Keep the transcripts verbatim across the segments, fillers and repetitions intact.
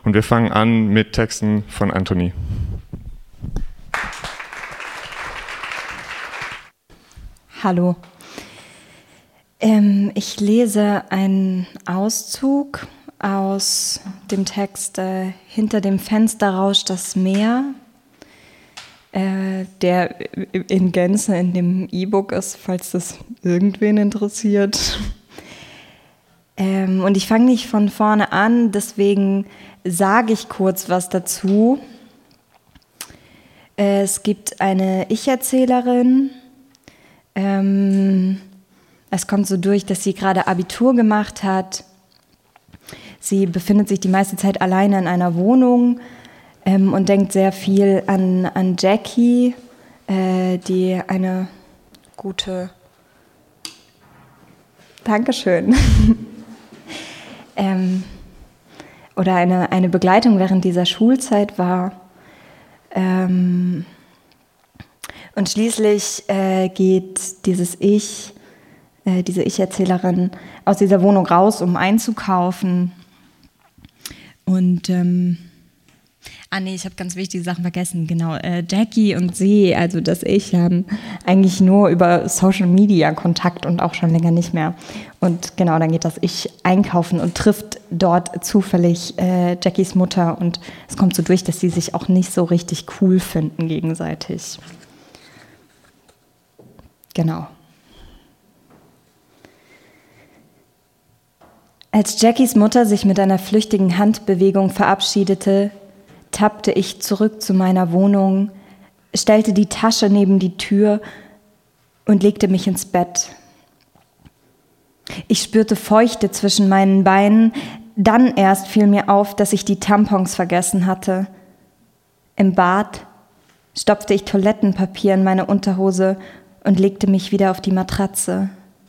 Und wir fangen an mit Texten von Anthony. Hallo. Ähm, ich lese einen Auszug aus dem Text äh, Hinter dem Fenster rauscht das Meer, äh, der in Gänze in dem E-Book ist, falls das irgendwen interessiert. Ähm, und ich fange nicht von vorne an, deswegen sage ich kurz was dazu. Äh, es gibt eine Ich-Erzählerin. Ähm, es kommt so durch, dass sie gerade Abitur gemacht hat. Sie befindet sich die meiste Zeit alleine in einer Wohnung ähm, und denkt sehr viel an, an Jackie, äh, die eine gute... Dankeschön. ähm, oder eine, eine Begleitung während dieser Schulzeit war. Ähm, und schließlich äh, geht dieses Ich, äh, diese Ich-Erzählerin aus dieser Wohnung raus, um einzukaufen. Und, ähm, ah nee, ich habe ganz wichtige Sachen vergessen, genau. Äh, Jackie und sie, also das Ich, haben eigentlich nur über Social Media Kontakt und auch schon länger nicht mehr. Und genau, dann geht das Ich einkaufen und trifft dort zufällig äh, Jackies Mutter. Und es kommt so durch, dass sie sich auch nicht so richtig cool finden gegenseitig. Genau. Als Jackies Mutter sich mit einer flüchtigen Handbewegung verabschiedete, tappte ich zurück zu meiner Wohnung, stellte die Tasche neben die Tür und legte mich ins Bett. Ich spürte Feuchte zwischen meinen Beinen, dann erst fiel mir auf, dass ich die Tampons vergessen hatte. Im Bad stopfte ich Toilettenpapier in meine Unterhose und legte mich wieder auf die Matratze.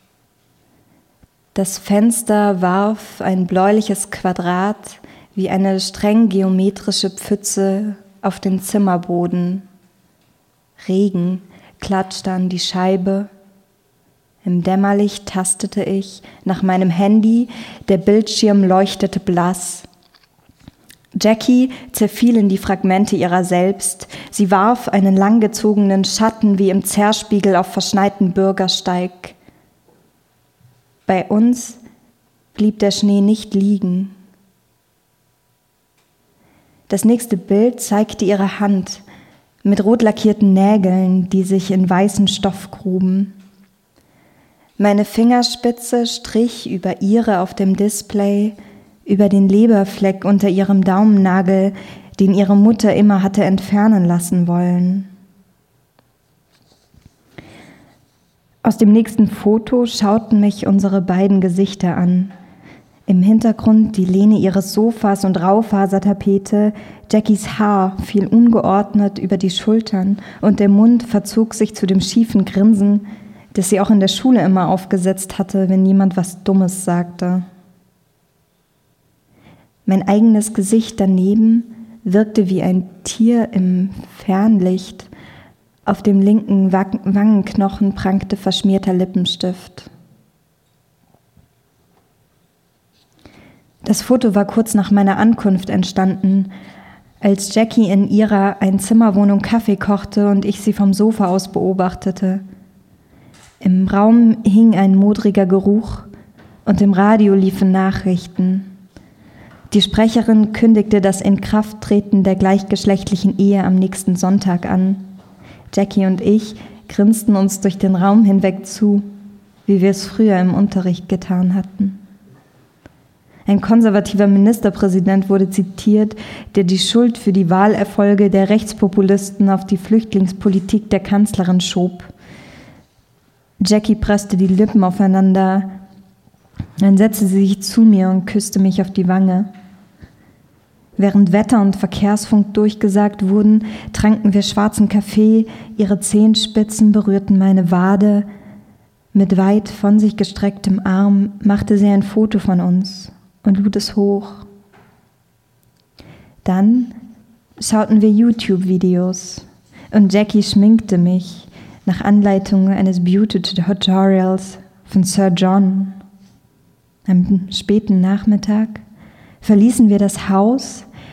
Das Fenster warf ein bläuliches Quadrat wie eine streng geometrische Pfütze auf den Zimmerboden. Regen klatschte an die Scheibe. Im Dämmerlicht tastete ich nach meinem Handy, der Bildschirm leuchtete blass. Jackie zerfiel in die Fragmente ihrer selbst. Sie warf einen langgezogenen Schatten wie im Zerspiegel auf verschneiten Bürgersteig. Bei uns blieb der Schnee nicht liegen. Das nächste Bild zeigte ihre Hand mit rot lackierten Nägeln, die sich in weißen Stoff gruben. Meine Fingerspitze strich über ihre auf dem Display, über den Leberfleck unter ihrem Daumennagel, den ihre Mutter immer hatte entfernen lassen wollen. Aus dem nächsten Foto schauten mich unsere beiden Gesichter an. Im Hintergrund die Lehne ihres Sofas und Raufasertapete, Jackies Haar fiel ungeordnet über die Schultern und der Mund verzog sich zu dem schiefen Grinsen, das sie auch in der Schule immer aufgesetzt hatte, wenn jemand was Dummes sagte. Mein eigenes Gesicht daneben wirkte wie ein Tier im Fernlicht. Auf dem linken Wangenknochen prangte verschmierter Lippenstift. Das Foto war kurz nach meiner Ankunft entstanden, als Jackie in ihrer Einzimmerwohnung Kaffee kochte und ich sie vom Sofa aus beobachtete. Im Raum hing ein modriger Geruch und im Radio liefen Nachrichten. Die Sprecherin kündigte das Inkrafttreten der gleichgeschlechtlichen Ehe am nächsten Sonntag an. Jackie und ich grinsten uns durch den Raum hinweg zu, wie wir es früher im Unterricht getan hatten. Ein konservativer Ministerpräsident wurde zitiert, der die Schuld für die Wahlerfolge der Rechtspopulisten auf die Flüchtlingspolitik der Kanzlerin schob. Jackie presste die Lippen aufeinander, dann setzte sie sich zu mir und küsste mich auf die Wange. Während Wetter- und Verkehrsfunk durchgesagt wurden, tranken wir schwarzen Kaffee, ihre Zehenspitzen berührten meine Wade. Mit weit von sich gestrecktem Arm machte sie ein Foto von uns und lud es hoch. Dann schauten wir YouTube-Videos und Jackie schminkte mich nach Anleitung eines Beauty-Tutorials von Sir John. Am späten Nachmittag verließen wir das Haus,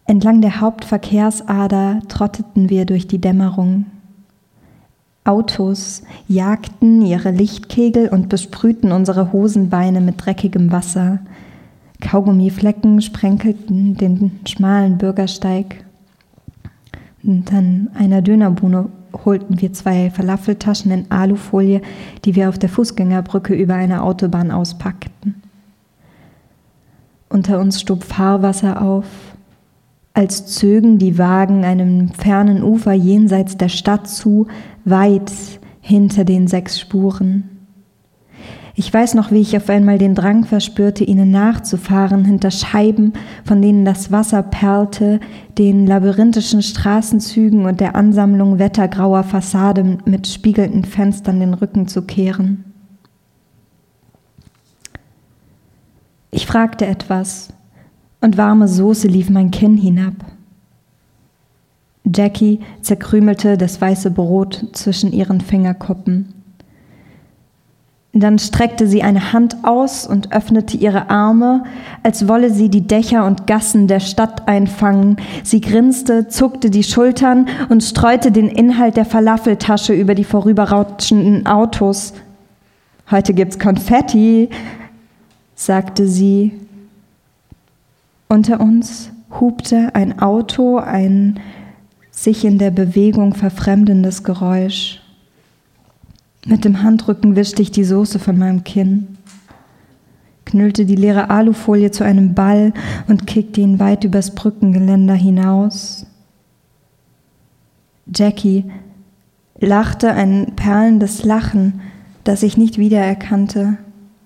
Entlang der Hauptverkehrsader trotteten wir durch die Dämmerung. Autos jagten ihre Lichtkegel und besprühten unsere Hosenbeine mit dreckigem Wasser. Kaugummiflecken sprenkelten den schmalen Bürgersteig. Und an einer Dönerbude holten wir zwei Falafeltaschen in Alufolie, die wir auf der Fußgängerbrücke über eine Autobahn auspackten. Unter uns stob Fahrwasser auf, als zögen die Wagen einem fernen Ufer jenseits der Stadt zu, weit hinter den sechs Spuren. Ich weiß noch, wie ich auf einmal den Drang verspürte, ihnen nachzufahren, hinter Scheiben, von denen das Wasser perlte, den labyrinthischen Straßenzügen und der Ansammlung wettergrauer Fassaden mit spiegelnden Fenstern den Rücken zu kehren. Ich fragte etwas, und warme Soße lief mein Kinn hinab. Jackie zerkrümelte das weiße Brot zwischen ihren Fingerkuppen. Dann streckte sie eine Hand aus und öffnete ihre Arme, als wolle sie die Dächer und Gassen der Stadt einfangen. Sie grinste, zuckte die Schultern und streute den Inhalt der Falafeltasche über die vorüberrauschenden Autos. »Heute gibt's Konfetti«, sagte sie. Unter uns hupte ein Auto, ein sich in der Bewegung verfremdendes Geräusch. Mit dem Handrücken wischte ich die Soße von meinem Kinn, knüllte die leere Alufolie zu einem Ball und kickte ihn weit übers Brückengeländer hinaus. Jackie lachte ein perlendes Lachen, das ich nicht wiedererkannte.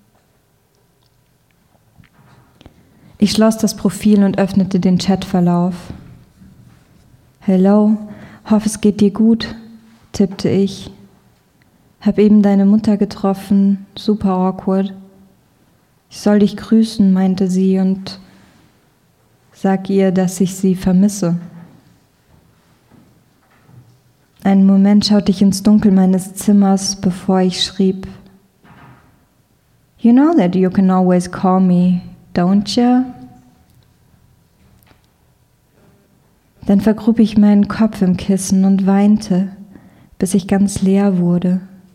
Ich schloss das Profil und öffnete den Chatverlauf. »Hello, hoffe es geht dir gut«, tippte ich. »Hab eben deine Mutter getroffen, super awkward. Ich soll dich grüßen«, meinte sie, und sag ihr, dass ich sie vermisse. Einen Moment schaute ich ins Dunkel meines Zimmers, bevor ich schrieb. »You know that you can always call me, don't you?« Dann vergrub ich meinen Kopf im Kissen und weinte, bis ich ganz leer wurde.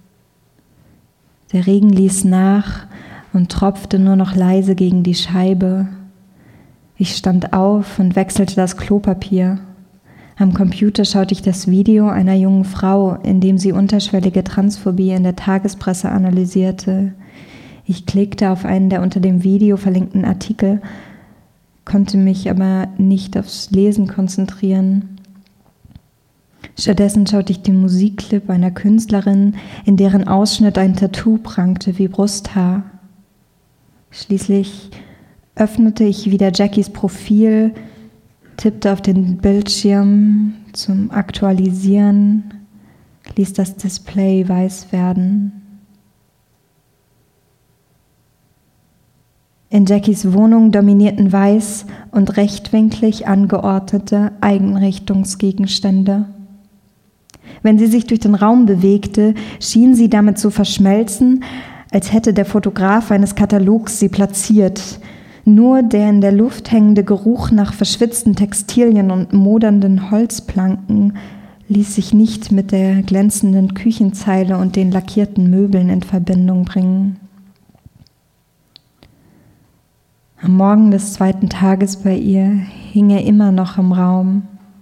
Der Regen ließ nach und tropfte nur noch leise gegen die Scheibe. Ich stand auf und wechselte das Klopapier. Am Computer schaute ich das Video einer jungen Frau, in dem sie unterschwellige Transphobie in der Tagespresse analysierte. Ich klickte auf einen der unter dem Video verlinkten Artikel, konnte mich aber nicht aufs Lesen konzentrieren. Stattdessen schaute ich den Musikclip einer Künstlerin, in deren Ausschnitt ein Tattoo prangte wie Brusthaar. Schließlich öffnete ich wieder Jackies Profil, tippte auf den Bildschirm zum Aktualisieren, ließ das Display weiß werden. In Jackies Wohnung dominierten weiß und rechtwinklig angeordnete Einrichtungsgegenstände. Wenn sie sich durch den Raum bewegte, schien sie damit zu verschmelzen, als hätte der Fotograf eines Katalogs sie platziert. Nur der in der Luft hängende Geruch nach verschwitzten Textilien und modernden Holzplanken ließ sich nicht mit der glänzenden Küchenzeile und den lackierten Möbeln in Verbindung bringen. Am Morgen des zweiten Tages bei ihr hing er immer noch im Raum.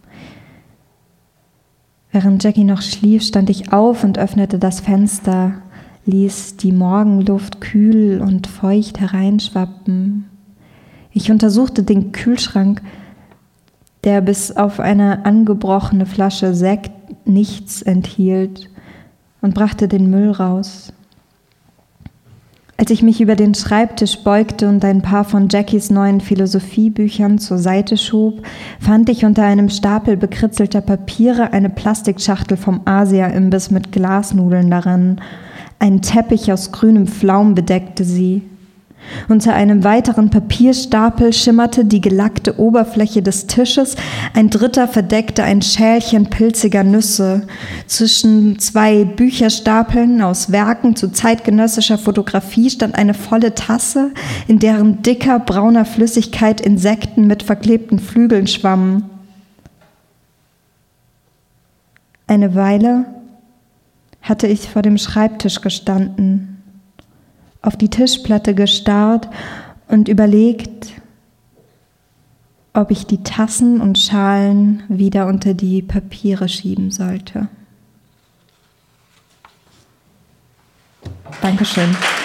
Während Jackie noch schlief, stand ich auf und öffnete das Fenster, ließ die Morgenluft kühl und feucht hereinschwappen. Ich untersuchte den Kühlschrank, der bis auf eine angebrochene Flasche Sekt nichts enthielt, und brachte den Müll raus. Als ich mich über den Schreibtisch beugte und ein paar von Jackies neuen Philosophiebüchern zur Seite schob, fand ich unter einem Stapel bekritzelter Papiere eine Plastikschachtel vom Asia-Imbiss mit Glasnudeln daran. Ein Teppich aus grünem Pflaum bedeckte sie. Unter einem weiteren Papierstapel schimmerte die gelackte Oberfläche des Tisches, ein dritter verdeckte ein Schälchen pilziger Nüsse. Zwischen zwei Bücherstapeln aus Werken zu zeitgenössischer Fotografie stand eine volle Tasse, in deren dicker, brauner Flüssigkeit Insekten mit verklebten Flügeln schwammen. Eine Weile hatte ich vor dem Schreibtisch gestanden, auf die Tischplatte gestarrt und überlegt, ob ich die Tassen und Schalen wieder unter die Papiere schieben sollte. Dankeschön.